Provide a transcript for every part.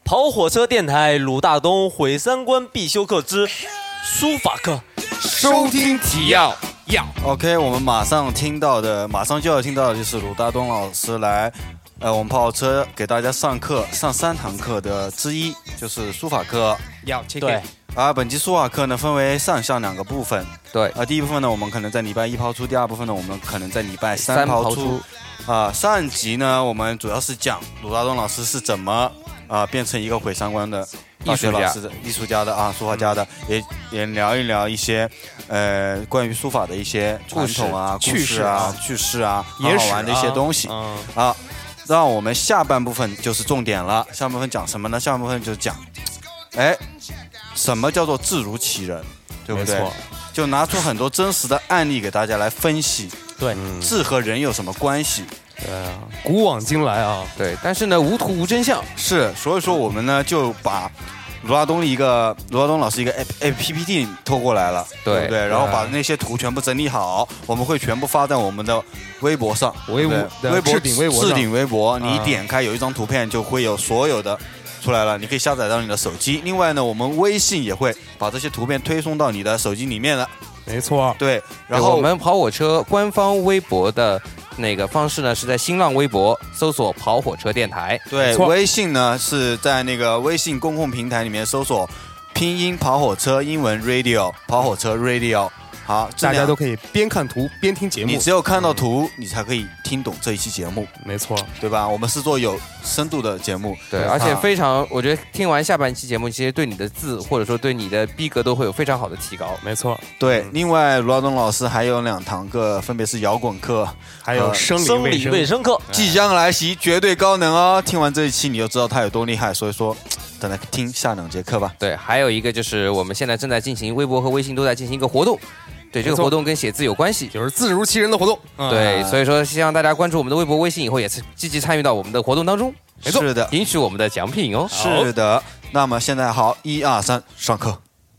跑火车电台鲁大东毁三观必修课之书法课， 收听提要。 OK， 我们马上就要听到的就是鲁大东老师来，我们跑火车给大家上课，上3堂课的之一就是书法课。 对。 本期书法课呢分为上下2个部分。 对。 第一部分呢我们可能在礼拜1抛出，第二部分呢我们可能在礼拜3抛出。上集呢我们主要是讲鲁大东老师是怎么变成一个毁三观的大学老师的艺术家的书法家的，也聊一聊一些关于书法的一些传统趣事好玩的一些东西让我们下半部分就是重点了。下半部分讲什么呢？下半部分就是讲什么叫做字如其人，对不对？没错，就拿出很多真实的案例给大家来分析。 对， 字和人有什么关系？ 古往今来对，但是呢，无图无真相。 是，所以说我们呢就把鲁大东老师一个 PPT 拖过来了，对不对？然后把那些图全部整理好，我们会全部发在我们的微博上，置顶微博，你点开有一张图片就会有所有的出来了，你可以下载到你的手机。另外呢，我们微信也会把这些图片推送到你的手机里面的。 没错， 对。然后我们跑火车官方微博的那个方式呢，是在新浪微博搜索跑火车电台。 对，微信呢是在那个微信公共平台里面搜索拼音跑火车，英文 radio 跑火车 radio。好， 大家都可以边看图边听节目。 你只有看到图，你才可以听懂这一期节目。 没错， 对吧？我们是做有深度的节目。 对，而且非常，我觉得听完下半期节目，其实对你的字或者说对你的逼格都会有非常好的提高。 没错， 对。另外，鲁大东老师还有2堂课，分别是摇滚课， 还有生理卫生课， 即将来袭，绝对高能哦！听完这一期，你就知道他有多厉害。所以说，等来听下2节课吧。 对，还有一个就是我们现在正在进行，微博和微信都在进行一个活动。对，这个活动跟写字有关系， 就是字如其人的活动。 对，所以说希望大家关注我们的微博、微信以后，也是积极参与到我们的活动当中。 没错，是的， 领取我们的奖品哦。 是的，那么现在好，1、2、3，上课。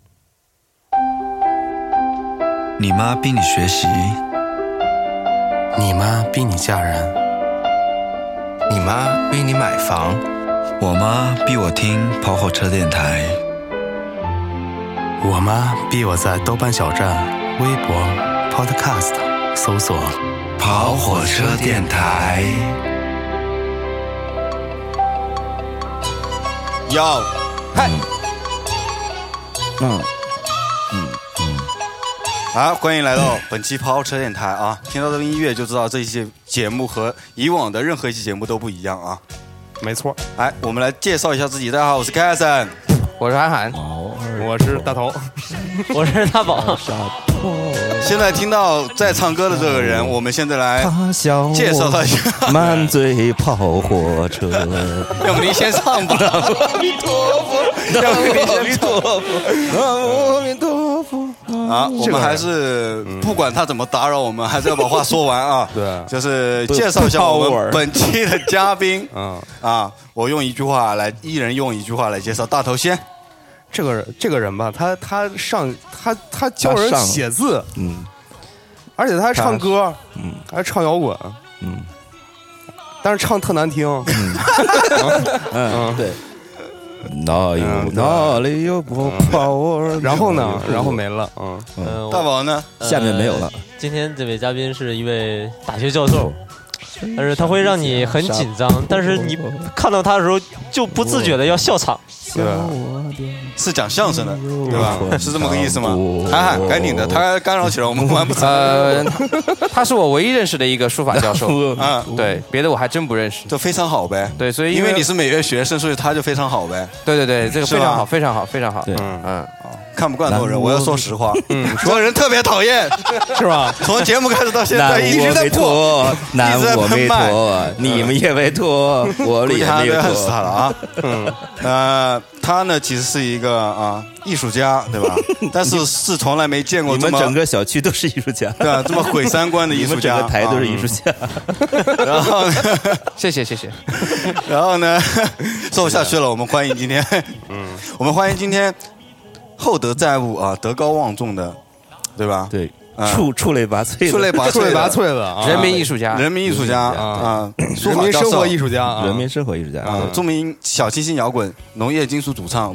你妈逼你学习， 你妈逼你嫁人， 你妈逼你买房，我妈逼我听跑火车电台， 我妈逼我在豆瓣小站、微博、Podcast 搜索跑火车电台。 哟，嗨，好，欢迎来到本期跑火车电台啊！听到这个音乐就知道这一期节目和以往的任何一期节目都不一样啊。 没错， 我们来介绍一下自己。大家好，我是凯森， 我是韩寒， 我是大头， 我是大宝。 现在听到在唱歌的这个人，我们现在来介绍他一下。 满嘴跑火车， 要不您先唱吧。阿弥陀佛，要不您先唱。 阿弥陀佛。 我们还是不管他怎么打扰我们，还是要把话说完啊。 对， 就是介绍一下我们本期的嘉宾。我用一句话来，一人用一句话来介绍。大头先。 这个人吧，他教人写字，而且他还唱歌，还唱摇滚，但是唱特难听， 对，哪里有跑我？ 然后呢，然后没了， 大宝呢？ 下面没有了。 今天这位嘉宾是一位大学教授。但是他会让你很紧张，但是你看到他的时候就不自觉的要笑场。 对，是讲相声的，对吧？是这么个意思吗？涵涵，赶紧的，他干扰起来我们玩不成。 他是我唯一认识的一个书法教授对，别的我还真不认识。 就非常好呗。 对，所以因为你是美院学生，所以他就非常好呗。 对，这个非常好，非常好，非常好。 看不惯这种人，我要说实话，这个人特别讨厌， 是吧？ 从节目开始到现在一直在破， 南无没拖，你们也没拖，我也没拖。 死他了啊！他呢其实是一个艺术家，对吧？但是从来没见过你们整个小区都是艺术家， 对吧？这么毁三观的艺术家， 整个台都是艺术家。 然后呢， 谢谢。 然后呢，说不下去了，我们欢迎今天，我们欢迎今天厚德载物德高望重的，对吧？ 对， 出类拔萃， 出类拔萃的人民艺术家， 人民艺术家啊， 人民生活艺术家， 人民生活艺术家啊，著名小清新摇滚、农业金属主唱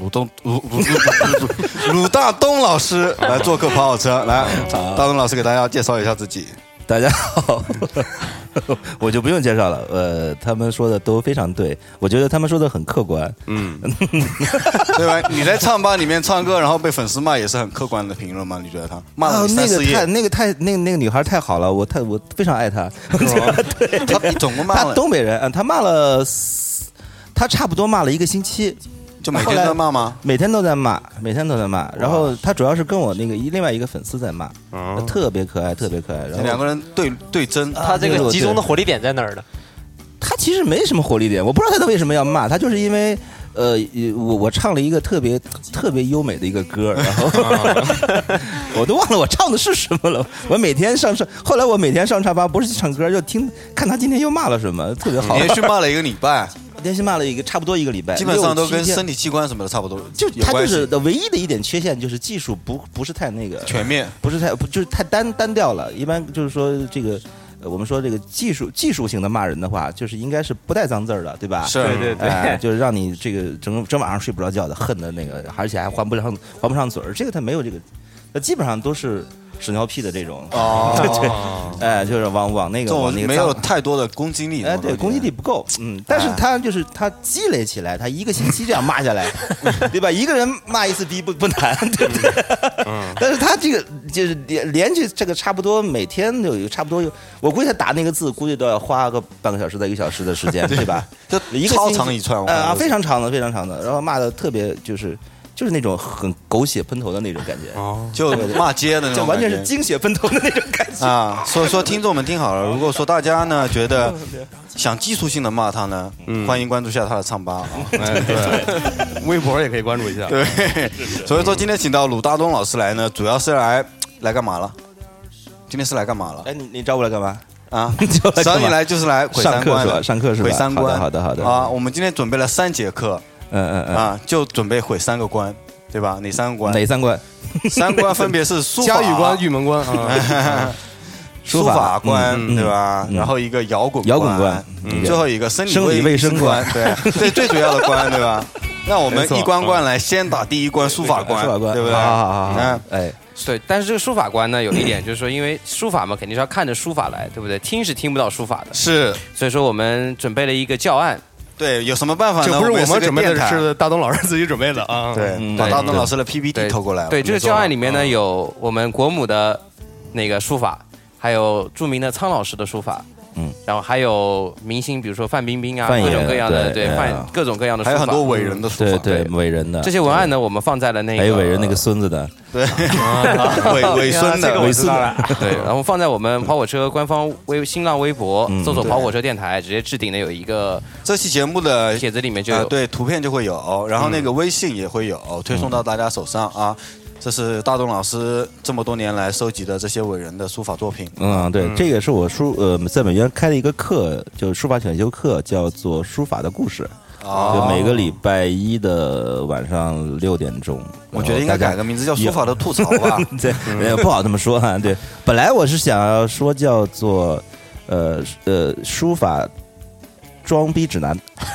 鲁大东老师来做客跑火车，来，大东老师给大家介绍一下自己。 大家好，我就不用介绍了。他们说的都非常对，我觉得他们说的很客观。 对吧？你在唱吧里面唱歌，然后被粉丝骂，也是很客观的评论吗？你觉得他骂了那个女孩太好了，我非常爱她。对， 他总共骂了， 她东北人，她骂了，她差不多骂了1个星期。 就每天在骂吗？ 每天都在骂。然后他主要是跟我另外一个粉丝在骂，特别可爱。然后两个人对争， 他这个集中的火力点在哪儿呢？ 他其实没什么火力点，我不知道他为什么要骂他，就是因为我唱了一个特别优美的一个歌，然后我都忘了我唱的是什么了。后来我每天上茶吧不是去唱歌，就看他今天又骂了什么，特别好。 连续骂了1个礼拜。 连续骂了差不多1个礼拜， 基本上都跟身体器官什么的差不多。 他就是唯一的一点缺陷就是技术不是太那个全面， 就是太单调了。一般就是说这个我们说这个技术性的骂人的话，就是应该是不带脏字的，对吧？ 是， 对，就是让你这个整晚上睡不着觉的，恨的那个，而且还还不上嘴儿。这个他没有这个，基本上都是屎尿屁的这种对，就是往那个没有太多的攻击力， 对，攻击力不够，但是他积累起来，他1个星期这样骂下来，对吧？一个人骂1次逼不难，对不对？但是他这个就是连续这个差不多每天都有差不多我估计他打那个字估计都要花个半个小时到1个小时的时间，对吧？ 就一个超长一串非常长的，然后骂的特别就是那种很狗血喷头的那种感觉， 就骂街的那种， 就完全是精血喷头的那种感觉啊！所以说，听众们听好了，如果说大家呢觉得想技术性的骂他呢，欢迎关注一下他的唱吧啊！ 对，微博也可以关注一下。 对，所以说今天请到鲁大东老师来呢，主要是来干嘛了？今天是来干嘛了？ 哎，你找我来干嘛？ 啊，找你来就是来毁三观的， 上课是吧？ 毁三观， 好的啊！我们今天准备了3节课。就准备毁3个关，对吧？哪3个关？ 哪3关 ？3关分别是书法、 嘉峪关、玉门关书法关，对吧？然后一个摇滚关，最后一个生理卫生关，对，最主要的关，对吧？那我们一关关来，先打第1关书法关，对不对？ 好，哎。 对，但是这个书法关呢，有一点就是说，因为书法嘛，肯定是要看着书法来，对不对？听是听不到书法的， 是， 所以说我们准备了一个教案。 对，有什么办法呢？ 这不是我们准备的，是大东老师自己准备的啊。 对，把大东老师的 PPT 偷过来了。 对，这个教案里面呢，有我们国母的那个书法，还有著名的苍老师的书法。然后还有明星，比如说范冰冰啊，各种各样的，对，各种各样的书法， 还有很多伟人的书法， 对，伟人的这些文案呢，我们放在了那个， 还有伟人那个孙子的， 对，伟孙的， 伟孙的， 对，然后放在我们跑火车官方新浪微博，搜索跑火车电台，直接置顶的有一个这期节目的帖子里面就有， 对，图片就会有，然后那个微信也会有，推送到大家手上啊。这是大东老师这么多年来收集的这些伟人的书法作品。 对，这个是我在美院开的一个课，就是书法选修课，叫做书法的故事。就每个礼拜1的晚上6点钟。 我觉得应该改个名字叫书法的吐槽吧。 对，不好这么说哈。对，本来我是想要说叫做书法装逼指南，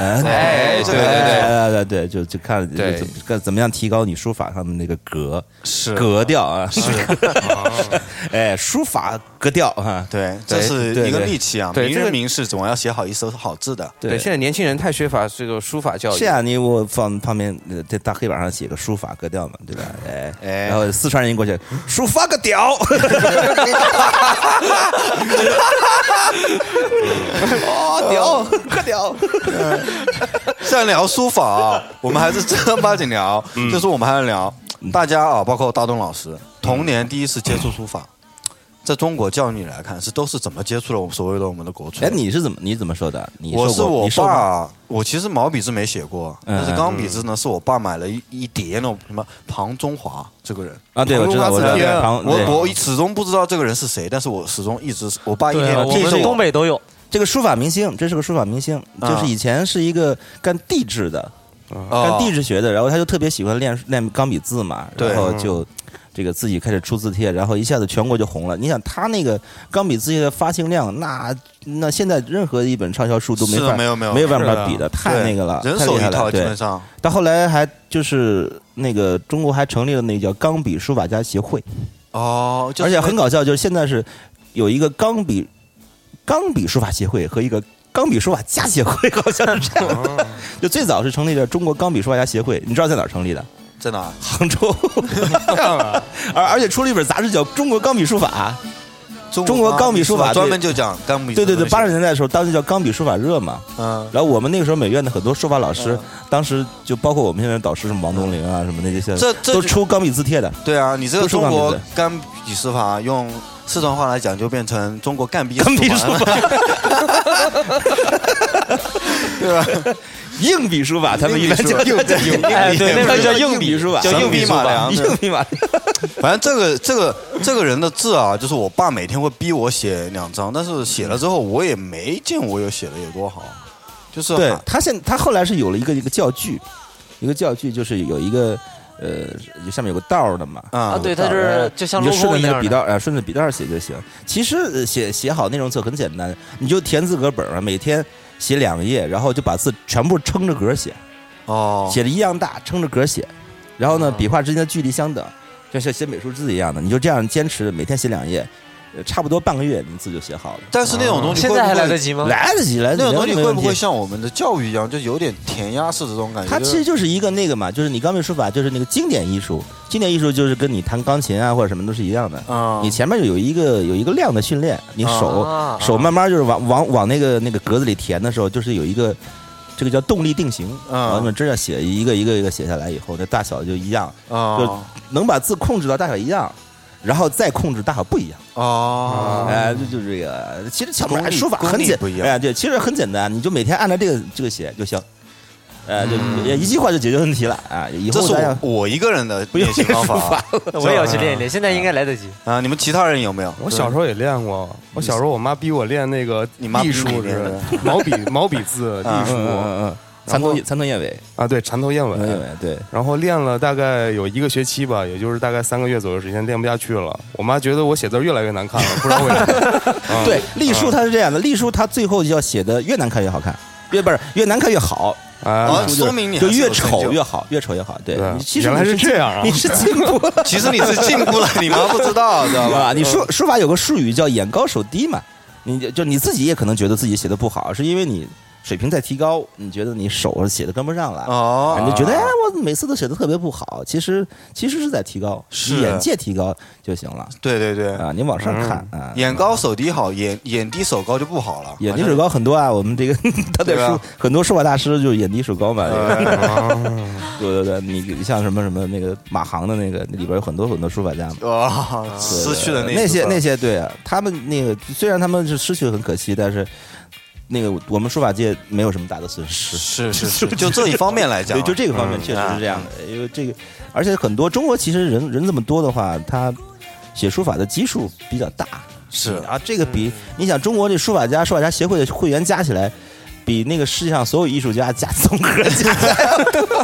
对，就看怎么样提高你书法上的那个格调啊，书法格调啊， 对，这是一个利器啊，名人名士总要写好一手好字的。 对，现在年轻人太缺乏这个书法教育。 是啊，我放旁边在大黑板上写个书法格调嘛，对吧？然后四川人过去，书法个调，屌。聊， 像聊书法啊，我们还是正儿八经聊，就是我们还是聊大家啊，包括大东老师，童年第一次接触书法，在中国教育来看都是怎么接触了所谓的我们的国粹？ 你怎么说的？ 我是我爸，我其实毛笔字没写过，但是钢笔字呢是我爸买了一叠那种什么庞中华这个人啊，对，我知道， 我始终不知道这个人是谁，但是我始终一直我爸一天我们东北都有。 这个书法明星，这是个书法明星，就是以前是一个干地质的，干地质学的，然后他就特别喜欢练钢笔字嘛，然后这个自己开始出字帖，然后一下子全国就红了。你想他那个钢笔字帖的发行量，那现在任何一本畅销书都没有办法比的，太那个了， 人手一套基本上。 到后来还就是那个中国还成立了那叫钢笔书法家协会。 哦， 而且很搞笑，就是现在是有一个钢笔书法协会和一个钢笔书法家协会，好像是这样。就最早是成立了中国钢笔书法家协会，你知道在哪儿成立的？ 在哪？ 杭州。而且出了一本杂志叫《中国钢笔书法》。中国钢笔书法专门就讲钢笔。 对，80年代的时候，当时叫钢笔书法热嘛。然后我们那个时候美院的很多书法老师，当时就包括我们现在的导师什么王东林啊什么那些，都出钢笔字帖的。 对啊，你这个中国钢笔书法用四川话来讲，就变成中国干笔书法，对吧？ 硬笔书法，他们一般叫硬笔， 对，那个叫硬笔书法， 叫硬笔马良， 硬笔马良。 反正这个人的字啊，就是我爸每天会逼我写2张，但是写了之后，我也没见我有写的有多好。就是对他后来是有了一个教具，就是有一个下面有个道的嘛。 对，它是就像你就顺着那个笔道， 顺着笔道写就行。其实写好内容册很简单，你就填字格本啊，每天写2页，然后就把字全部撑着格写。写的一样大，撑着格写。然后呢，笔画之间的距离相等，就像写美术字一样的，你就这样坚持每天写2页。差不多半个月，你字就写好了。 但是那种东西现在还来得及吗？ 来得及。 那种东西会不会像我们的教育一样，就有点填鸭式的这种感觉？ 它其实就是一个那个嘛，就是你钢笔书法就是那个经典艺术，经典艺术就是跟你弹钢琴啊或者什么都是一样的。你前面有一个量的训练，你手慢慢就是往那个格子里填的时候，就是有一个这个叫动力定型。我们这样写一个写下来以后，那大小就一样，就能把字控制到大小一样。然后再控制大小不一样就是这个。其实小本书法很简单，对，其实很简单，你就每天按照这个写就行，就一句话就解决问题了啊！以后这是我一个人的练习方法， 我也要去练一练，现在应该来得及啊！你们其他人有没有？ 我小时候也练过，我小时候我妈逼我练那个隶书，毛笔字隶书。 蚕头燕尾啊，对，蚕头燕尾， 对。 然后练了大概有1个学期吧，也就是大概3个月左右时间，练不下去了。我妈觉得我写字越来越难看了，不知道为什么。 对，隶书它是这样的，隶书它最后要写的越难看越好看，越难看越好。 说明你就越丑越好，越丑越好。对，其实原来是这样啊！ 你是进步了， 其实你是进步了，你妈不知道，知道吧？ 你书法有个术语叫眼高手低嘛，你自己也可能觉得自己写的不好，是因为你水平在提高，你觉得你手写的跟不上了，你就觉得我每次都写的特别不好，其实是在提高， 是眼界提高就行了。 对你往上看眼高手低好，眼低手高就不好了。 眼低手高很多啊，我们这个他的很多书法大师就是眼低手高嘛。对，你像什么那个马航的那个里边有很多书法家嘛。 失去了那些对啊，他们那个虽然他们是失去了很可惜，但是。那个我们书法界没有什么大的损失， 是，就这一方面来讲， 对，就这个方面确实是这样的，因为这个，而且很多中国其实人这么多的话，他写书法的基数比较大， 是啊，这个比你想中国这书法家协会的会员加起来。比那个世界上所有艺术家加综合起来，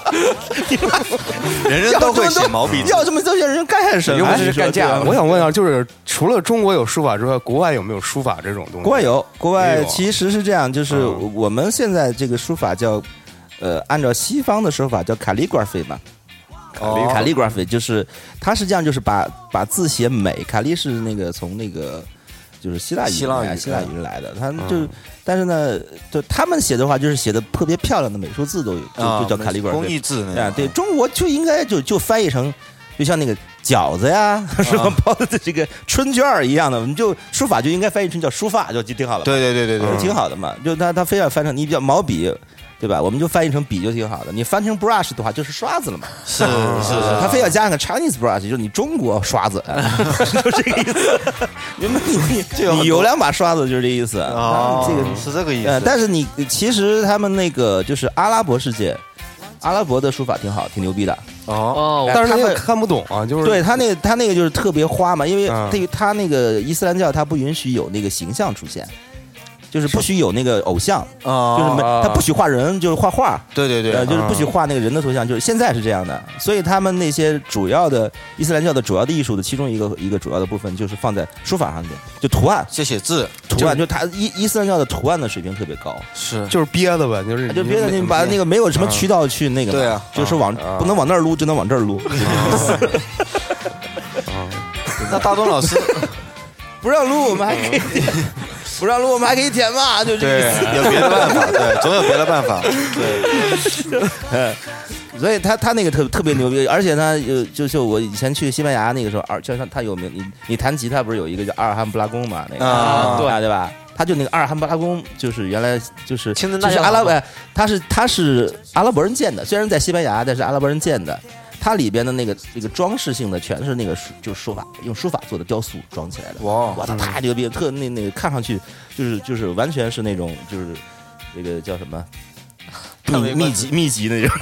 人都会写毛笔字， 要这么这些人干什么？ 又不是干架。 我想问一下，就是除了中国有书法之外，国外有没有书法这种东西？ 国外有，国外其实是这样，就是我们现在这个书法叫，按照西方的说法叫 calligraphy 嘛。calligraphy 就是它实际上就是把字写美，卡利是那个从那个。就是希腊语来的，他就，但是呢，就他们写的话，就是写的特别漂亮的美术字都有，就叫卡利格尔， 工艺字那对，中国就应该就翻译成，就像那个饺子呀，什么包的这个春卷一样的，我们就书法就应该翻译成叫书法，就挺好了。 对， 挺好的嘛。就他非要翻成你比较毛笔。对吧？我们就翻译成笔就挺好的。你翻成 brush 的话，就是刷子了嘛。 是， 他非要加上个 Chinese brush，就是你中国刷子，就这个意思。你有2把刷子，就是这意思啊。这个是这个意思。 但是你其实他们那个就是阿拉伯世界，阿拉伯的书法挺好，挺牛逼的。 但是他们看不懂啊，就是对他那个就是特别花嘛，因为对于他那个伊斯兰教，他不允许有那个形象出现。 就是不许有那个偶像，就是他不许画人，就是画画。 对， 就是不许画那个人的头像，就是现在是这样的。所以他们那些主要的伊斯兰教的主要的艺术的其中一个主要的部分，就是放在书法上面，就图案， 写字， 图案，就他伊斯兰教的图案的水平特别高， 就是憋的吧， 就憋的，你把那个没有什么渠道去那个， 对啊， 就是不能往那儿撸，只能往这儿撸。 那大东老师不让撸，我们还可以不让撸，我们还可以舔嘛，就这个意思。 有别的办法，对，总有别的办法，对。 所以他那个特别牛逼，而且呢，就我以前去西班牙那个时候，就像他有名，你弹吉他不是有一个叫阿尔罕布拉宫嘛？那个对吧？他就那个阿尔罕布拉宫，就是原来就是阿拉伯，他是阿拉伯人建的，虽然在西班牙，但是阿拉伯人建的。它里边的那个装饰性的全是那个就是书法，用书法做的雕塑装起来的。哇，它太牛逼了，特那个看上去就是完全是那种就是那个叫什么密集那种，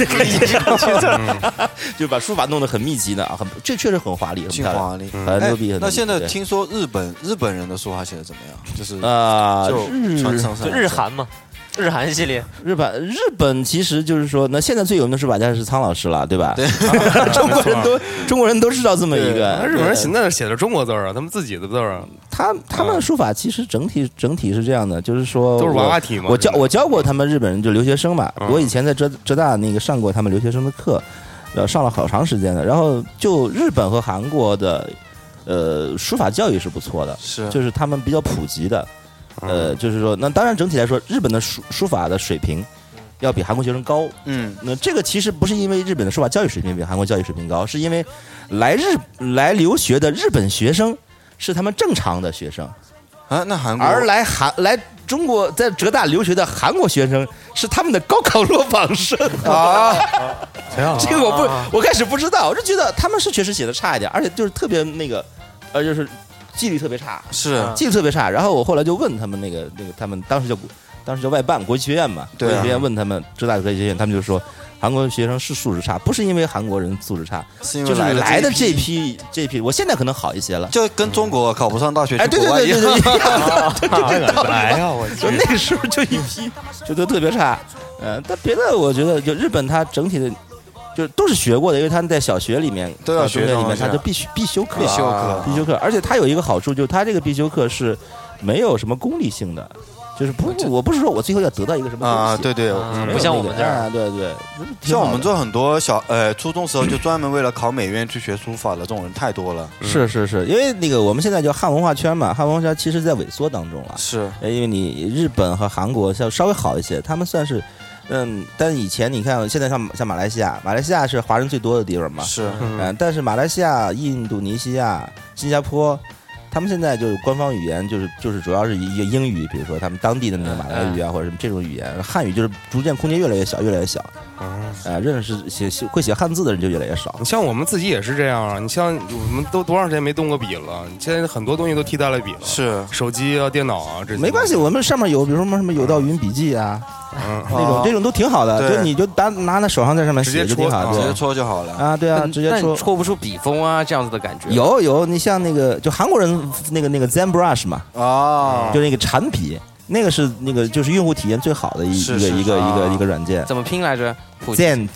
就把书法弄得很密集的啊，这确实很华丽， 很华丽， 很牛逼。 那现在听说日本人的书法写的怎么样？就是就日韩嘛。日韩系列， 日本其实就是说，那现在最有名的书法家是苍老师了，对吧？对，中国人都知道这么一个。 日本人现在写的中国字啊，他们自己的字啊。 他们的书法其实整体是这样的，就是说都是娃娃体嘛。 我教过他们日本人就留学生嘛，我以前在浙大那个上过他们留学生的课，上了好长时间的。然后就日本和韩国的书法教育是不错的，就是他们比较普及的。就是说，那当然整体来说，日本的书法的水平要比韩国学生高。那这个其实不是因为日本的书法教育水平比韩国教育水平高，是因为来留学的日本学生是他们正常的学生啊。那韩国而来中国在浙大留学的韩国学生是他们的高考落榜生啊。这个我开始不知道，我就觉得他们是确实写的差一点，而且就是特别那个，就是纪律特别差，纪律特别差。然后我后来就问他们那个他们当时叫外办国际学院嘛，国际学院问他们浙大国际学院，他们就说韩国学生是素质差，不是因为韩国人素质差，就是来的这批，我现在可能好一些了， 就跟中国考不上大学去国外一样。 哎呀，我说那个时候就一批就都特别差。但别的我觉得就日本它整体的。就都是学过的，因为他们在小学里面都要学里面，他就必修课，而且他有一个好处，就是他这个必修课是没有什么功利性的，就是我不是说我最后要得到一个什么东西对， 不像我们这儿， 对， 像我们这很多初中时候就专门为了考美院去学书法的这种人太多了。 是，因为那个我们现在叫汉文化圈嘛，汉文化圈其实在萎缩当中了， 是因为你日本和韩国稍微好一些，他们算是。但以前你看，现在像马来西亚是华人最多的地方嘛， 是， 但是马来西亚、印度尼西亚、新加坡，他们现在就是官方语言就是主要是一个英语，比如说他们当地的那个马来语啊，或者什么这种语言，汉语就是逐渐空间越来越小，认识会写汉字的人就越来越少。 你像我们自己也是这样啊，你像我们都多长时间没动过笔了？现在很多东西都替代了笔了， 是手机啊、电脑啊这些。 没关系，我们上面有，比如说什么有道云笔记啊。这种都挺好的，就你就拿在手上在上面写就挺好， 直接戳就好了啊！对啊，直接戳， 戳不出笔锋啊这样子的感觉。 有，你像那个就韩国人那个 ZenBrush 嘛，就那个缠笔，那个是那个就是用户体验最好的一个软件。 怎么拼来着 ？Zen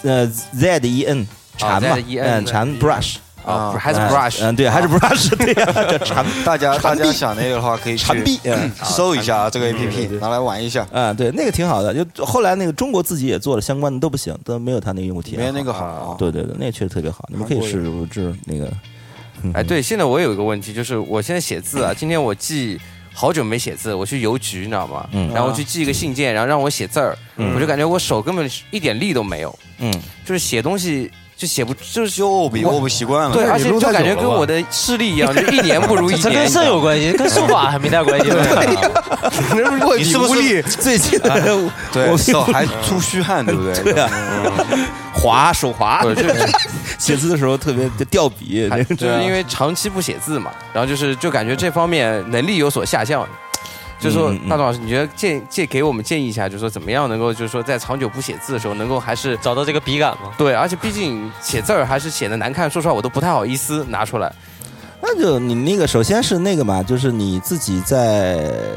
ZEN 缠嘛，缠 brush。 还是 brush， 对，还是 brush， 对呀，叫缠。 大家想那个的话，可以缠笔， 搜一下这个 APP， 拿来玩一下。 对，那个挺好的。就后来那个中国自己也做了相关的，都不行，都没有他那个用户体验， 没那个好。 对，那个确实特别好，你们可以试试那个。 对，现在我有一个问题，就是我现在写字啊，今天我记好久没写字，我去邮局，你知道吗？然后我去寄一个信件，然后让我写字儿，我就感觉我手根本一点力都没有。就是写东西。就写不就是握笔习惯了， 对，而且就感觉跟我的视力一样，就一年不如一年。 这跟肾有关系，跟书法还没带关系。 你是不是最近对手还出虚汗，对不对？ 对啊，手滑，写字的时候特别掉笔， 就是因为长期不写字嘛，然后就感觉这方面能力有所下降。就是说，大东老师，你觉得给我们建议一下，就是说怎么样能够，就是说在长久不写字的时候，能够还是找到这个笔感吗？ 对，而且毕竟写字儿还是写的难看，说实话我都不太好意思拿出来。 那就你那个首先是那个嘛，就是你自己在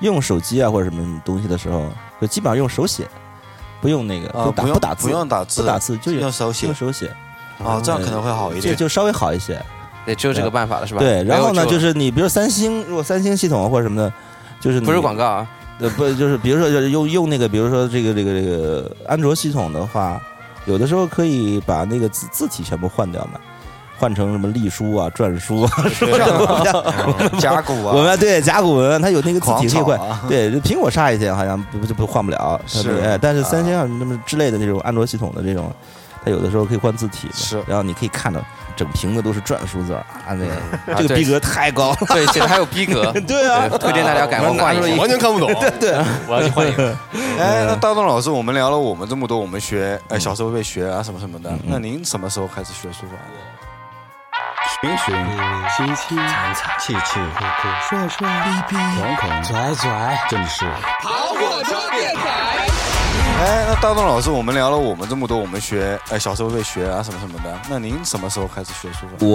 用手机啊或者什么东西的时候，就基本上用手写，不用那个不打字， 不用打字， 不打字就用手写， 用手写。 这样可能会好一点， 就稍微好一些。 对，只有这个办法了，是吧？ 对，然后呢，就是你比如三星，如果三星系统或者什么的，就是不是广告啊， 不就是比如说用那个，比如说这个安卓系统的话，有的时候可以把那个字体全部换掉嘛。换成什么隶书啊、篆书啊， 甲骨啊， 我们对甲骨文，它有那个字体可以换。对，苹果差一些，好像不换不了。是，但是三星啊那么之类的那种安卓系统的这种，它有的时候可以换字体。 是， 然后你可以看到整屏的都是篆书字啊，这个逼格太高了。 对，现在还有逼格。 对啊， 推荐大家赶快换一个， 完全看不懂。 对， 我要去换一个。 那大东老师，我们聊了我们这么多，我们学小时候会学啊什么什么的。那您什么时候开始学书法？ 寻寻吸吸惨惨气气酷酷帅帅逼逼孔孔拽拽正是跑火车电台。 那大东老师，我们聊了我们这么多，我们学小时候会学啊什么什么的。那您什么时候开始学书法？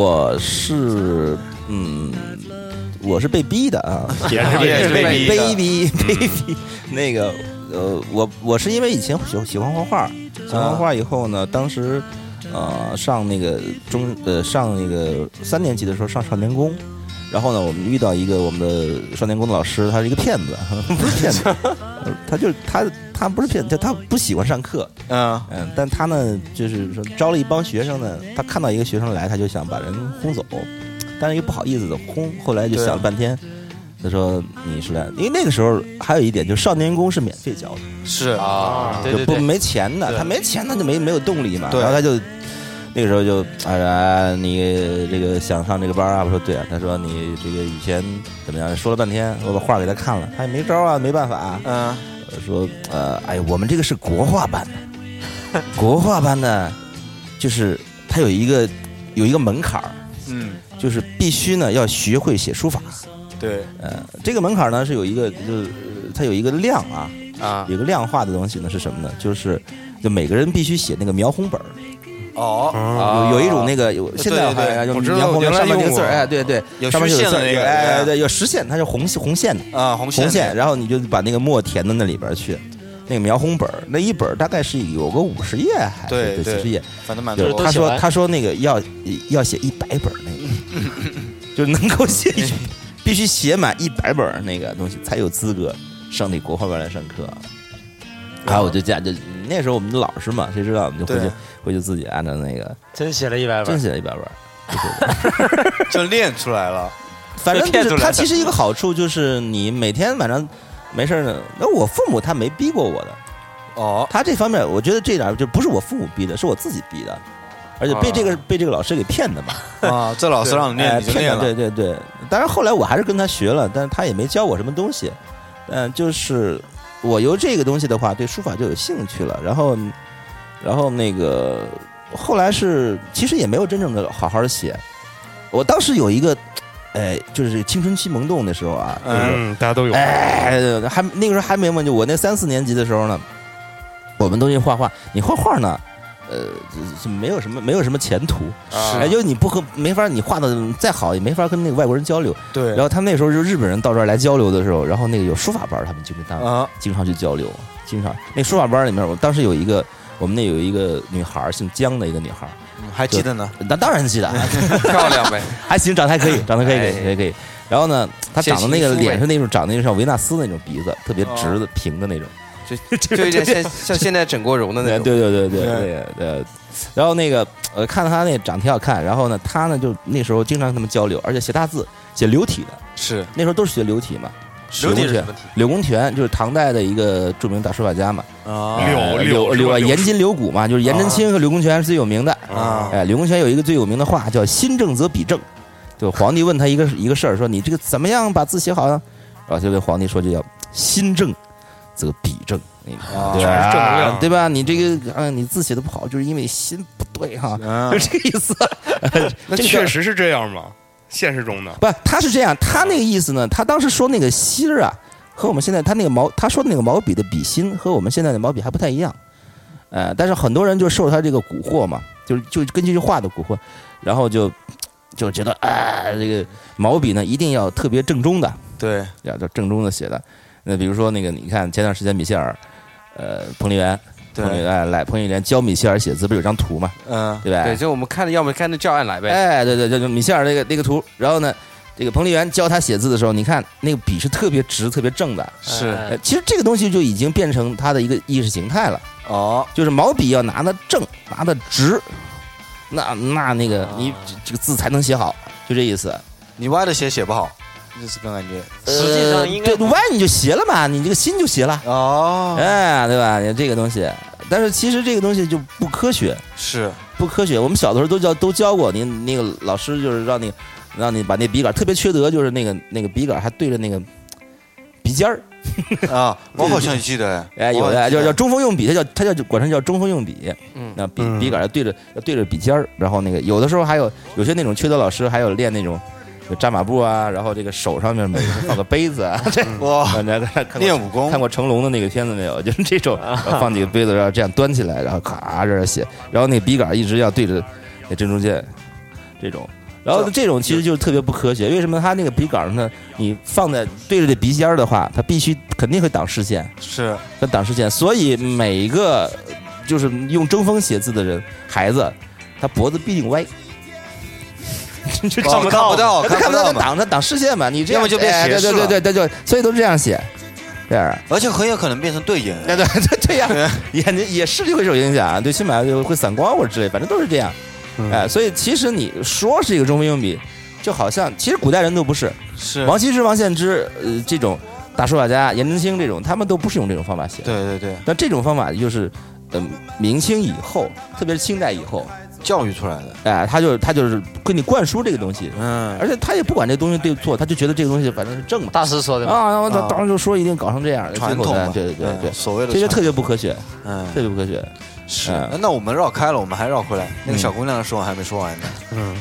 我是被逼的啊， 也是被逼那个我是因为以前喜欢画画，画画以后呢，当时。上那个上那个3年级的时候上少年宫，然后呢，我们遇到一个我们的少年宫的老师，他是一个骗子，不是骗子，他不是骗子，他不喜欢上课，但他呢就是说招了一帮学生呢，他看到一个学生来，他就想把人轰走，但是又不好意思的轰，后来就想了半天。他说：“你是来，因为那个时候还有一点，就是少年宫是免费教的， 是啊，对， 不没钱的，他没钱他就没有动力嘛。 然后他就那个时候就你这个想上这个班啊？我说对啊。他说你这个以前怎么样？说了半天，我把画给他看了，他也没招啊，没办法。我说我们这个是国画班的，国画班的，就是他有一个门槛儿，就是必须呢要学会写书法。” 对， 这个门槛呢是有一个，就是它有一个量有个量化的东西呢是什么呢？就每个人必须写那个描红本儿。有一种那个现在有描红上面那个字儿，对， 有实线的那个， 对，有实线，它是红线的啊，红线，然后你就把那个墨填到那里边去。那个描红本儿，那一本大概是有个50页，还是70页， 反正蛮多。 他说那个要写100本那个，就是能够写必须写满100本那个东西才有资格上那国画班来上课。然后我就那时候我们老师嘛，谁知道我们就回去自己按照那个真写了100本， 真写了100本， 就练出来了。 反正就是它其实一个好处就是你每天晚上没事呢。那我父母他没逼过我的，他这方面我觉得这点就不是我父母逼的，是我自己逼的。而且被这个老师给骗的嘛这老师让你练你就练了， 对。当然后来我还是跟他学了，但是他也没教我什么东西。就是我由这个东西的话，对书法就有兴趣了。然后那个后来是其实也没有真正的好好的写。我当时有一个，就是青春期萌动的时候啊， 大家都有， 还那个时候还没有，就我那3、4年级的时候呢，我们都去画画，你画画呢。没有什么前途，就你没法，你画的再好也没法跟那个外国人交流。 对， 然后他那时候就日本人到这儿来交流的时候，然后那个有书法班，他们就跟他经常去交流，经常那书法班里面，我当时我们那有一个女孩，姓江的一个女孩， 还记得呢？ 那当然记得， 漂亮呗， 还行，长得还可以，可以。然后呢，她长的那个脸是那种长得像维纳斯那种鼻子，特别直的平的那种。 就有点像现在整过容的那种， 对。然后那个看到他那长挺好看，然后呢，他呢就那时候经常跟他们交流，而且写大字，写流体的， 是那时候都是学流体嘛。 流体是什么体？ 柳公权就是唐代的一个著名大书法家嘛。 柳颜筋柳骨嘛，就是颜真卿和柳公权是最有名的柳公权有一个最有名的话叫“心正则笔正”，就皇帝问他一个事儿，说你这个怎么样把字写好呢？然后就跟皇帝说就叫心正。则笔正， 全是正能量， 对吧？你这个你字写的不好，就是因为心不对哈，就这个意思。 那确实是这样吗？现实中的不，他是这样，他那个意思呢，他当时说那个心儿啊，和我们现在他说的那个毛笔的笔心和我们现在的毛笔还不太一样。但是很多人就受他这个蛊惑嘛，就根据这话的蛊惑，然后就觉得这个毛笔呢一定要特别正宗的， 对， 要正宗的写的。 那比如说那个，你看前段时间米歇尔，彭丽媛。彭丽媛教米歇尔写字，不是有张图嘛？对吧？ 对，就我们看的，要么看的教案来呗。 哎，对，就米歇尔那个图。然后呢，这个彭丽媛教他写字的时候，你看那个笔是特别直、特别正的。 是， 其实这个东西就已经变成他的一个意识形态了。就是毛笔要拿得正，拿得直，那个你这个字才能写好，就这意思。 你歪的写不好。就是个感觉， 实际上应该对歪你就斜了嘛，你这个心就斜了对吧？你这个东西，但是其实这个东西就不科学， 是不科学。我们小的时候都教过你，那个老师就是让你把那笔杆特别缺德，就是那个笔杆还对着那个鼻尖儿我好像记得， 有的叫中锋用笔，它管成叫中锋用笔，那笔杆要对着笔尖儿，然后那个有的时候还有些那种缺德老师还有练那种。扎马步啊，然后这个手上面每个放个杯子啊， 哇，练武功。 看过成龙的那个片子没有？就是这种，放几个杯子，然后这样端起来，然后咔这写，然后那笔杆一直要对着那正中间，这种，然后这种其实就是特别不科学。为什么他那个笔杆呢？你放在对着这鼻尖的话，它肯定会挡视线， 是它挡视线，所以每一个就是用中锋写字的人，孩子，他脖子必定歪。 看不到， 看不到，他挡视线嘛。你这样要么就变斜视了， 对，就所以都是这样写，这样。 而且很有可能变成对眼， 对呀，眼睛也视力会受影响，对，起码就会散光或者之类，反正都是这样。所以其实你说是一个中锋用笔，就好像其实古代人都不是，王羲之、王献之这种大书法家，颜真卿这种，他们都不是用这种方法写。 对。 但这种方法就是明清以后，特别是清代以后。 教育出来的， 他就是给你灌输这个东西，而且他也不管这东西对错，他就觉得这个东西反正是正嘛。 大师说的啊，他当时就说一定搞成这样， 传统嘛， 对， 所谓的这些特别不科学，特别不科学。 是，那我们绕开了，我们还绕回来，那个小姑娘的说还没说完呢。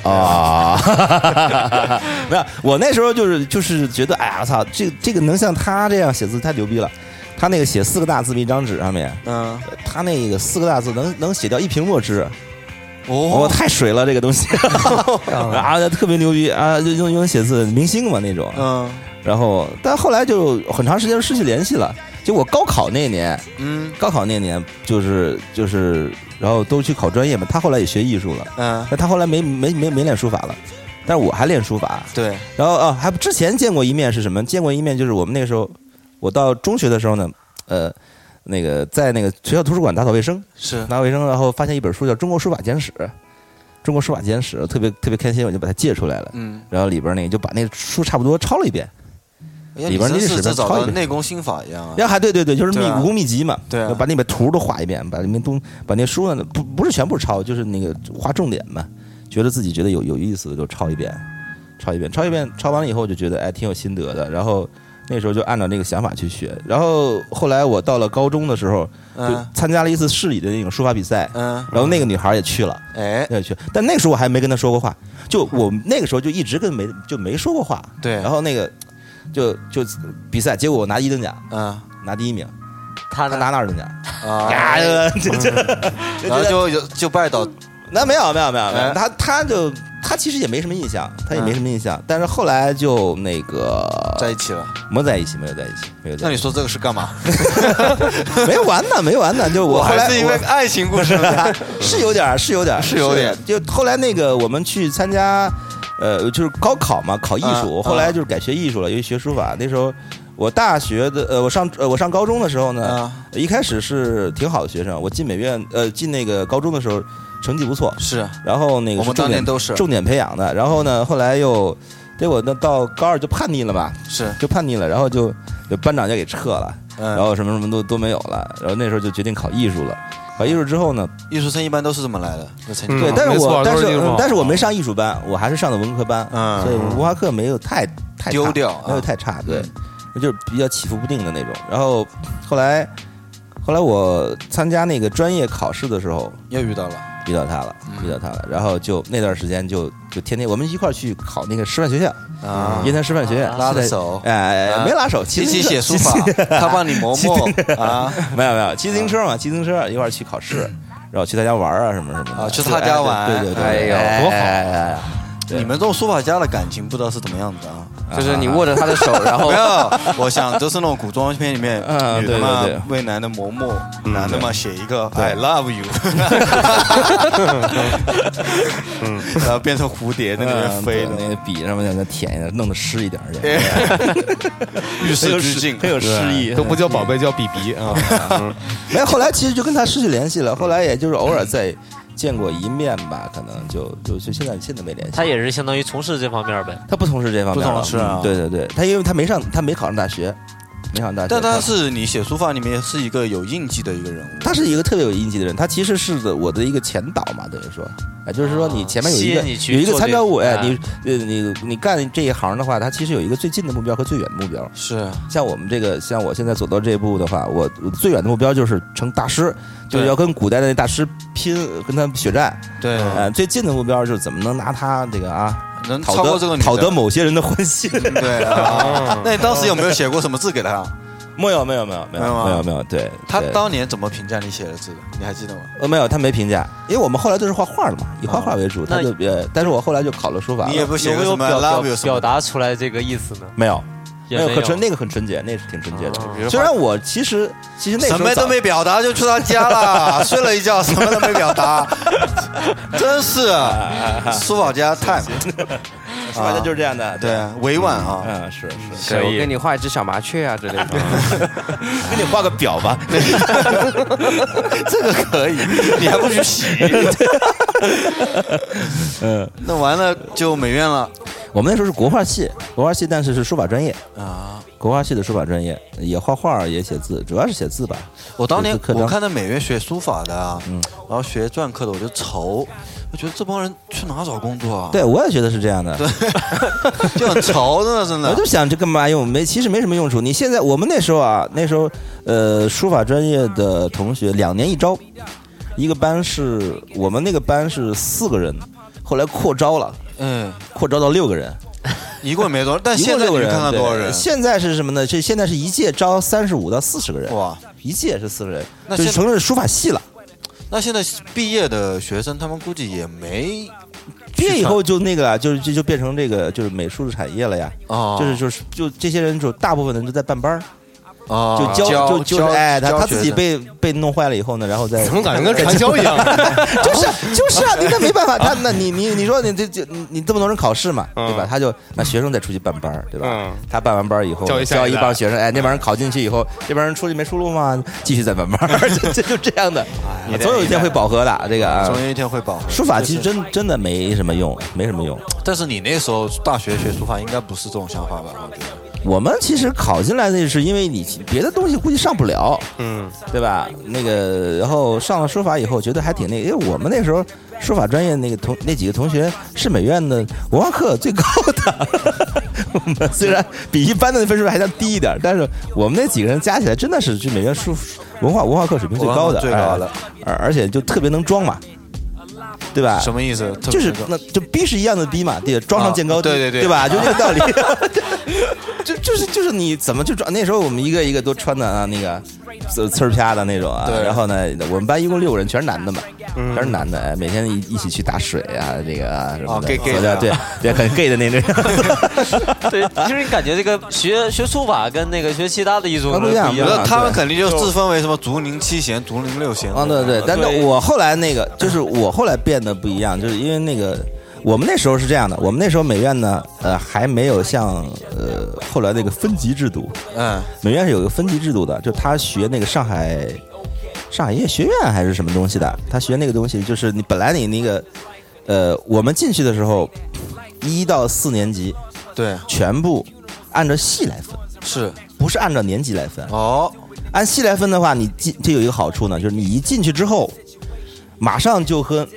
没有，我那时候就是觉得，哎呀，我操，这个能像他这样写字太牛逼了。他那个写4个大字一张纸上面，他那个4个大字能写掉1瓶墨汁。太水了这个东西特别牛逼啊！用写字明星嘛那种，然后但后来就很长时间失去联系了。就我高考那年，就是然后都去考专业嘛。他后来也学艺术了，但他后来没练书法了，但是我还练书法。 对， 然后还之前见过一面是什么？见过一面就是我们那个时候，我到中学的时候呢，那个在那个学校图书馆打扫卫生，然后发现一本书叫《中国书法简史》，特别开心，我就把它借出来了。然后里边那个就把那个书差不多抄了一遍，里边历史上抄一遍， 内功心法一样啊。 然后对，就是武功秘籍嘛， 对， 把那本图都画一遍，把那书呢不是全部抄，就是那个划重点嘛，觉得自己觉得有意思的就抄一遍，抄完了以后就觉得挺有心得的，然后。那时候就按照那个想法去学，然后后来我到了高中的时候，就参加了一次市里的那种书法比赛，然后那个女孩也去了，也去，但那个时候我还没跟她说过话，就我那个时候就一直没说过话， 对， 然后那个就比赛，结果我拿1等奖，拿第1名，他拿2等奖， 然后就拜倒， 那没有，他其实也没什么印象，但是后来就那个在一起了， 没有在一起。 那你说这个是干嘛？ 没完呢，就我后来是因为爱情故事， 是有点，就后来那个我们去参加，就是高考嘛，考艺术，后来就是改学艺术了，因为学书法。那时候我大学的，我上高中的时候呢，一开始是挺好的学生，我进美院，进那个高中的时候。成绩不错， 是， 然后那个我们当年都是重点培养的，然后呢，后来又结果到高2就叛逆了嘛，就叛逆了，然后就班长就给撤了，然后什么都没有了，然后那时候就决定考艺术了。考艺术之后呢， 艺术生一般都是这么来的， 对，但是我没上艺术班，我还是上的文科班，所以文化课没有太丢掉， 没有太差，对，就是比较起伏不定的那种。然后后来我参加那个专业考试的时候， 又遇到他了，然后就那段时间就天天我们一块儿去考那个师范学校烟台师范学院， 拉着手， 没拉手， 一起写书法，他帮你磨啊， 没有，骑自行车一块儿去考试，然后去他家玩什么的， 去他家玩， 对， 哎呦， 多好！ 你们这种书法家的感情不知道是怎么样子啊？ 就是你握着他的手，然后没有，我想都是那种古装片里面，女的嘛对为男的磨墨，男的嘛写一个 I love you， 然后变成蝴蝶在那边飞的， 那个笔上面再舔一点，弄得湿一点， 与时俱进， 很有诗意， 都不叫宝贝，叫比比啊。 没有，后来其实就跟他失去联系了，后来也就是偶尔再见过一面吧，可能就现在没联系。 他也是相当于从事这方面呗。 他不从事这方面了， 不从事啊。 对对对，他因为他没考上大学， 但他是你写书法里面是一个有印记的一个人物， 他是一个特别有印记的人，他其实是我的一个前导嘛，等于说，就是说你前面有一个参照物，你干这一行的话，他其实有一个最近的目标和最远的目标。 是像我们像我现在走到这一步的话，我最远的目标就是成大师，就是要跟古代的那大师拼，跟他血战。 对， 最近的目标就是怎么能拿他这个能超过这个讨得某些人的欢心。 对啊，那你当时有没有写过什么字给他？ 没有，对。 他当年怎么评价你写的字的？你还记得吗？ 没有，他没评价，因为我们后来都是画画的嘛，以画画为主。他就但是我后来就考了书法。 你也不写有没有表达出来这个意思呢？ 没有。那个很纯洁，那是挺纯洁的。虽然我其实那时候什么都没表达就去他家了，睡了一觉，什么都没表达，真是书法家太， 书法家就是这样的， 对，委婉啊， 是， 可以，我给你画一只小麻雀啊之类的， 给你画个表吧， 这个可以，你还不许洗，那完了就美院了。 我们那时候是国画系，但是书法专业啊， 国画系的书法专业，也画画也写字，主要是写字吧。 我当年我看到美院学书法的然后学篆刻的，我就愁，我觉得这帮人去哪找工作啊？ 对，我也觉得是这样的， 对，就很愁真的。 我就想这干嘛用？其实没什么用处。你现在我们那时候书法专业的同学2年一招，一个班我们那个班是4个人，后来扩招了。扩招到6个人， 一共没多少，但现在你看看多少人？ 现在是什么呢？现在是一届招35到40个人，哇，一届是40个人，那就是成了书法系了。 那现在毕业的学生，他们估计也没毕业以后就那个了，就变成这个就是美术的产业了呀。就这些人大部分人都在办班。就是他自己被弄坏了以后呢，然后再怎么感觉跟传销一样？ 就是啊，那没办法，你说你这么多人考试嘛，对吧？那学生再出去办班，对吧？他办完班以后教一帮学生，那帮人考进去以后，这帮人出去没出路嘛，继续再办班，就这样的，总有一天会饱和的。这个总有一天会饱和。 书法其实真的没什么用。 但是你那时候大学学书法，应该不是这种想法吧？我觉得。 我们其实考进来的是因为你别的东西估计上不了，对吧？然后上了书法以后，觉得还挺因为我们那时候书法专业那几个同学是美院的文化课最高的，我们虽然比一般的分数还要低一点，但是我们那几个人加起来真的是去美院文化课水平最高的，而且就特别能装嘛。对吧？ 什么意思？ 就是那就逼是一样的逼嘛，对，装上见高低，对吧？就这个道理。就是你怎么就装？那时候我们一个一个都穿的那个刺儿啪的那种啊。然后呢，我们班一共6个人，全是男的嘛，全是男的，每天一起去打水啊，这个什么的 ，gay 的， 对，很 gay 的那种。 对，其实你感觉这个学书法跟那个学其他的艺术不一样， 他们肯定就自分为什么竹林7贤、竹林6贤。 对，但是我后来就是我后来变得不一样，就是因为我们那时候是这样的，我们那时候美院呢，还没有像后来那个分级制度，美院是有一个分级制度的，就他学那个上海音乐学院还是什么东西的，他学那个东西就是你本来你那个我们进去的时候1到4年级， 对， 全部按照系来分， 是不是按照年级来分？按系来分的话，你这有一个好处呢，就是你一进去之后。马上就和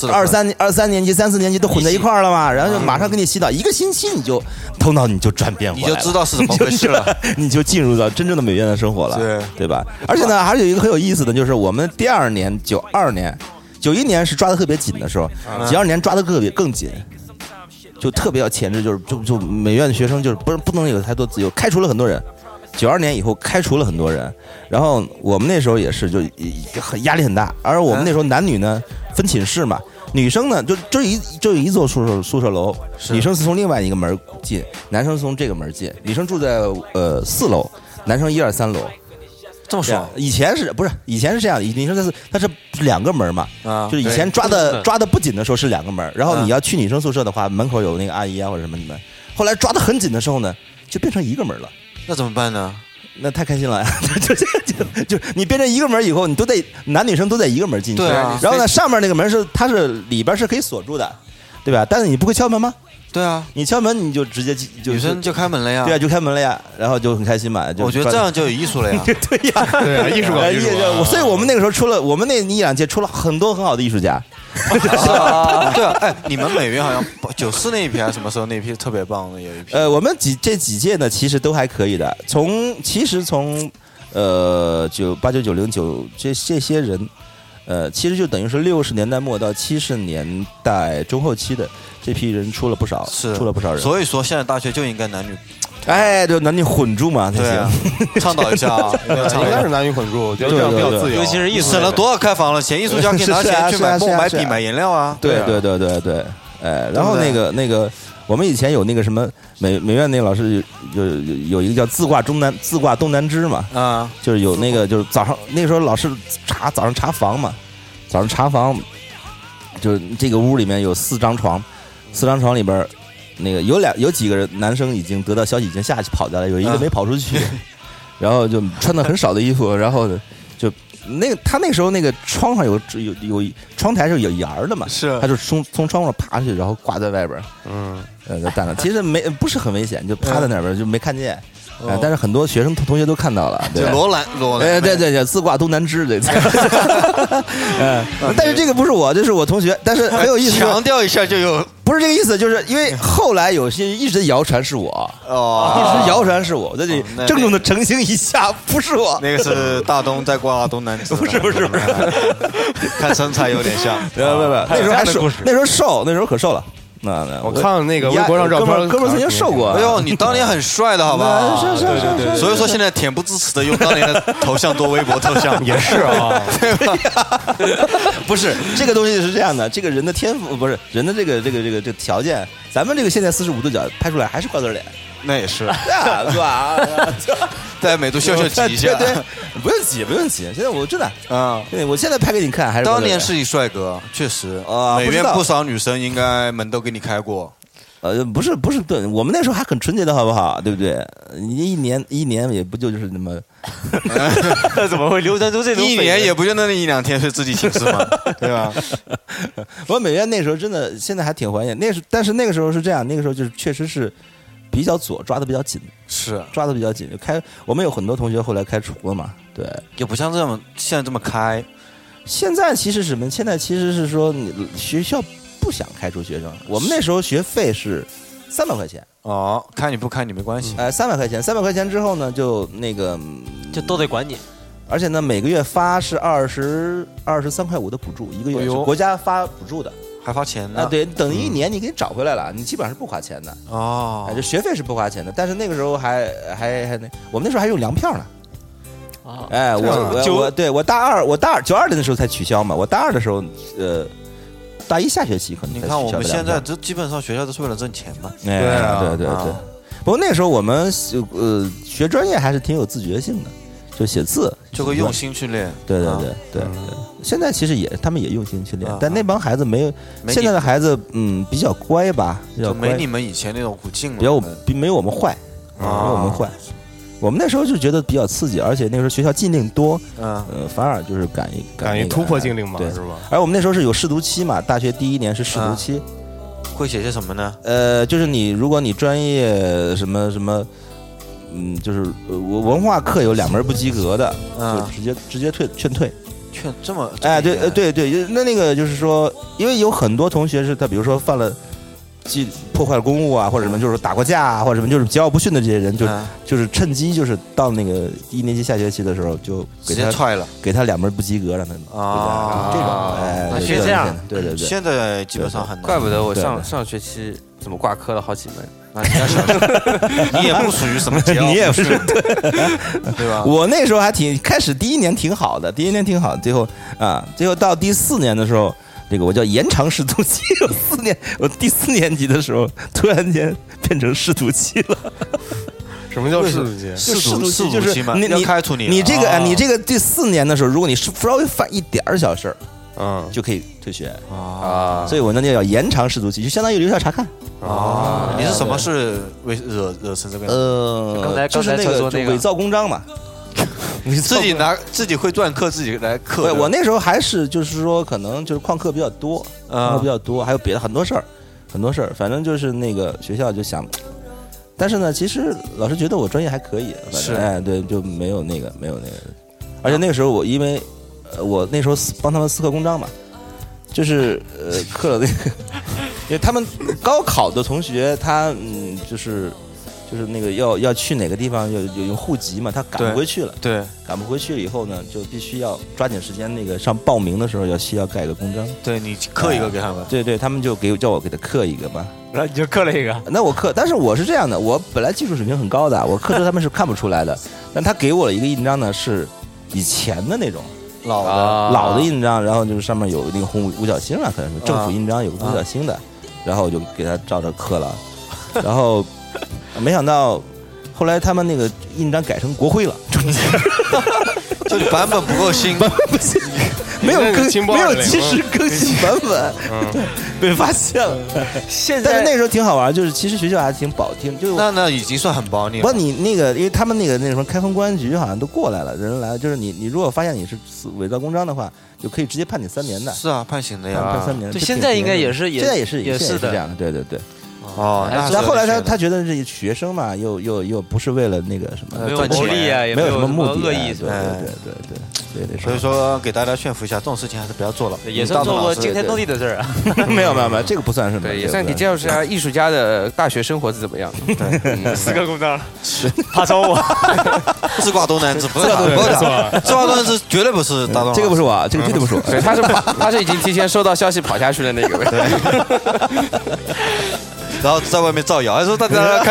23年级、3、4年级都混在一块儿了嘛，然后就马上给你洗脑，1个星期头脑你就转变回来了， 你就知道是怎么回事了， 你就进入到真正的美院的生活了，对吧？而且呢，还有一个很有意思的，就是我们第2年92年、91年是抓得特别紧的时候，92年抓得更紧，就特别要钳制，就美院的学生就是不能有太多自由，开除了很多人。92年以后开除了很多人，然后我们那时候也是就压力很大，而我们那时候男女呢分寝室嘛， 女生呢就一座宿舍楼，女生是从另外一个门进，男生从这个门进。女生住在4楼，男生1、2、3楼。 这么爽？ 以前是这样的？女生它是2个门嘛，就是以前抓的不紧的时候是2个门，然后你要去女生宿舍的话，门口有那个阿姨啊或者什么的。后来抓得很紧的时候呢，就变成1个门了。 那怎么办呢？ 那太开心了呀！就你变成1个门以后，你都得男女生都在1个门进去。 对啊。 然后呢，上面那个门它是里边是可以锁住的，对吧？但是你不会敲门吗？ 对啊， 你敲门你就直接女生就开门了呀。 对啊，就开门了呀，然后就很开心嘛。 我觉得这样就有艺术了呀。 对呀， 对啊，艺术感。 所以我们那个时候我们那1、2届出了很多很好的艺术家。 对啊，哎，你们美院好像94那一批还是什么时候那一批特别棒的有一批。 我们这几届呢，其实都还可以的。从89、90、90这些人，其实就等于是60年代末到70年代中后期的这批人出了不少人。 所以说现在大学就应该男女， 哎，就男女混住嘛， 对啊，倡导一下啊， 应该是男女混住，我觉得这样比较自由。 尤其是艺术， 省了多少开房了钱，艺术家可以拿钱去买买笔、买颜料啊。 对，然后那个。我们以前有那个什么美院那个老师有一个叫自挂东南枝嘛，就是有那个就是早上那个时候老师早上查房嘛，就是这个屋里面有4张床里边那个有几个人男生已经得到消息已经下去跑掉了，有一个没跑出去，然后就穿的很少的衣服，然后就。他那时候那个窗上有窗台是有檐的嘛， 是， 他就从窗上爬去，然后挂在外边，站着，其实不是很危险，就趴在那边就没看见，但是很多学生同学都看到了， 就罗兰， 对，自挂东南枝这，但是这个不是我，这是我同学，但是很有意思， 强调一下就有。 不是这个意思，就是因为后来有些一直谣传是我，一直谣传是我，在这里郑重的澄清一下，不是我。 那个是大东在挂东南枝， 不是， 看身材有点像， 不，那时候还瘦，那时候瘦，那时候可瘦了。 我看那个微博上照片， 哥们曾经瘦过。 哎呦，你当年很帅的好吧？ 是。 所以说现在恬不知耻的用当年的头像做微博头像， 也是啊， 对吧？ 不是这个东西是这样的，这个人的天赋不是人的这个条件，咱们这个现在45度角拍出来还是瓜子脸。 那也是， 是吧？ 在美图秀秀挤一下， 对，不用挤。现在我真的对我现在拍给你看，还是当年是一帅哥，确实美院不少女生应该门都给你开过。 不是，对，我们那时候还很纯洁的好不好？对不对？你一年也不就是那么， 怎么会流传出这种？ 一年也不就那1、2天睡自己寝室吗？对吧？ 我美院那时候真的，现在还挺怀念。但是那个时候是这样，那个时候就是确实是。比较左，抓的比较紧， 是抓的比较紧。我们有很多同学后来开除了嘛，对， 也不像现在这么开。 现在其实什么？现在其实是说你学校不想开除学生。我们那时候学费是300块钱哦，开你不开你没关系。 300块钱，300块钱之后呢，就那个就都得管你。 而且呢，每个月发是23.5块的补助，一个月是国家发补助的。 还花钱呢？ 对，等于1年你给你找回来了，你基本上是不花钱的哦。 这学费是不花钱的，但是那个时候还我们那时候还用粮票呢。哎，我大二92的时候才取消嘛，我大2的时候大1下学期可能。 你看我们现在这基本上学校都是为了挣钱嘛。 对。不过那个时候我们学专业还是挺有自觉性的。就写字， 就会用心去练。 对。现在其实他们也用心去练，但那帮孩子没有现在的孩子，比较乖吧， 就没你们以前那种虎劲了， 没有我们坏，没有我们坏。我们那时候就觉得比较刺激，而且那时候学校禁令多，反而就是敢于突破禁令嘛，是吧？ 而我们那时候是有试读期嘛，大学第1年是试读期， 会写些什么呢？ 就是如果你专业什么。就是文化课有2门不及格的，就直接劝退， 这么对，那个就是说，因为有很多同学是他，比如说犯了破坏了公务啊，或者什么，就是打过架啊，或者什么，就是桀骜不驯的这些人，就是趁机就是到那个1年级下学期的时候就给他踹了， 给他2门不及格，让他这种学这样， 对。 现在基本上很难， 怪不得我上学期怎么挂科了好几门。 那你要小心，你也不属于什么桀骜， 你也不是对吧？ 我那时候还开始第1年挺好的，最后到第4年的时候， 这个我叫延长试读期，我第4年级的时候突然间变成试读期了。 什么叫试读期？ 试读期就是你要开除你这个第4年的时候，如果你稍微犯一点小事儿，就可以退学啊。所以我那叫延长试读期，就相当于留校察看啊。你是什么事惹成这刚个？ 就是那个伪造公章嘛。 你自己会篆刻，自己来刻。 我那时候还是就是说，可能就是旷课比较多，还有别的很多事儿，反正就是那个学校就想。但是呢，其实老师觉得我专业还可以， 是对，就没有那个，而且那个时候因为我那时候帮他们4刻公章嘛，就是刻了那个，因为他们高考的同学他就是那个要去哪个地方有用户籍嘛，他赶不回去了， 对， 赶不回去了以后呢，就必须要抓紧时间，那个上报名的时候需要盖个公章， 对你刻一个给他们， 对，他们就叫我给他刻一个嘛。 然后你就刻了一个， 那我刻，但是我是这样的，我本来技术水平很高的，我刻出他们是看不出来的，但他给我了一个印章呢，是以前的那种老的印章，然后就是上面有那个红五角星啊，可能是政府印章有个五角星的，然后我就给他照着刻了，然后没想到后来他们那个印章改成国徽了， 就是版本不够新， 没有及时更新版本，被发现了。但是那时候挺好玩，就是其实学校还挺保听，就那已经算很保你了。 不，你那个，因为他们那个什么开封公安局好像都过来了，人来，就是你如果发现你是伪造公章的话，就可以直接判你3年的。 是啊，判刑的呀， 判3年。 对，现在应该也是， 现在也是这样的，对。 哦， 然后后来他觉得这学生嘛，又不是为了那个什么没有牟利啊，也没有什么目的恶意， 对。 所以说给大家劝服一下，这种事情还是不要做了。 也算做过惊天动地的事儿啊。 没有，这个不算是。 对，也算给介绍一下艺术家的大学生活是怎么样。 对 ，4个公章，怕找我。 自挂东南枝，不是自挂东南枝，绝对不是大东。 这个不是我，这个绝对不是我。 对，他是已经提前收到消息跑下去的那个。 对。然后在外面造谣，还说大家来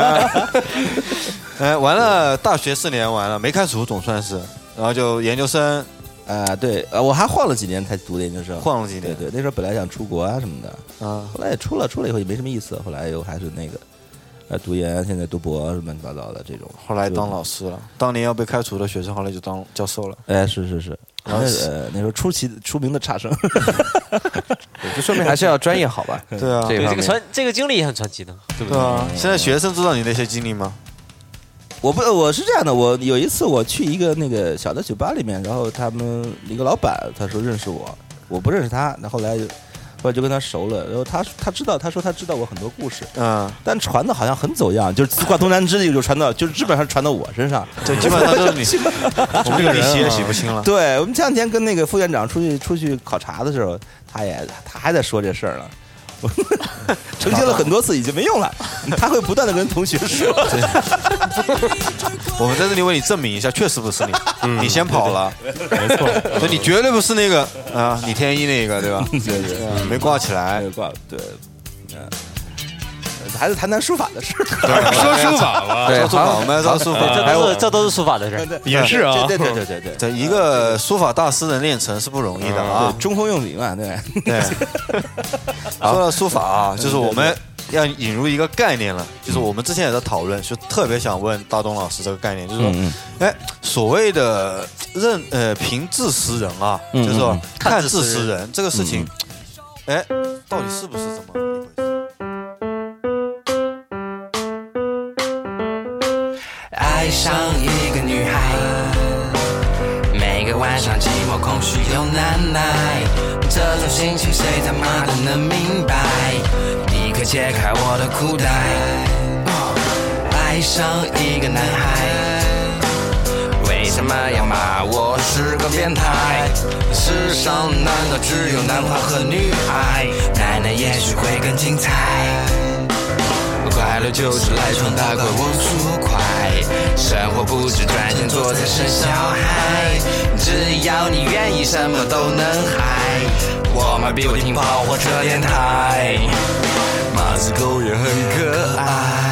看，完了，大学4年完了，没开除总算是，然后就研究生， 对，我还晃了几年才读的研究生， 晃了几年， 对，那时候本来想出国啊什么的，后来也出了以后也没什么意思，后来又还是那个，读研，现在读博乱七八糟的这种， 后来当老师了，当年要被开除的学生，后来就当教授了， 是。然后那时候出名的差生， 就说明还是要专业好吧？ 对啊， 这个经历也很传奇的，对不对？啊，现在学生知道你那些经历吗？ 我是这样的，我有一次我去一个那个小的酒吧里面，然后他们一个老板他说认识我不认识他，那后来就跟他熟了，然后他知道，他说他知道我很多故事，但传的好像很走样，就是自挂东南枝就传到，就是基本上传到我身上， 对，基本上都是你，我们这个人洗也洗不清了。 对，我们前2天跟那个副院长出去考察的时候，他还在说这事儿呢。澄清了很多次，已经没用了。他会不断的跟同学说。 我们在这里为你证明一下，确实不是你，你先跑了，没错，所以你绝对不是那个李天一那个，对吧？对，没挂起来， 没挂，对，还是谈书法的事， 说书法吧， 说书法，我们说书法， 这都是书法的事， 也是啊， 对，一个书法大师的练成是不容易的啊， 中锋用笔嘛，对。 说到书法啊，就是我们要引入一个概念了，就是我们之前也在讨论，就特别想问大东老师这个概念，就是说，所谓的评字识人啊，就是说看字识人这个事情，到底是不是这么一回事？ 爱上一个女孩，每个晚上寂寞空虚又难耐，这种心情谁他妈都能明白，立刻解开我的裤带。爱上一个男孩，为什么要骂我是个变态？世上难道只有男孩和女孩？奶奶也许会更精彩。快乐就是来床打怪往出快，生活不止赚钱做菜生小孩，只要你愿意什么都能嗨。我妈逼我听跑火车电台，马子狗也很可爱。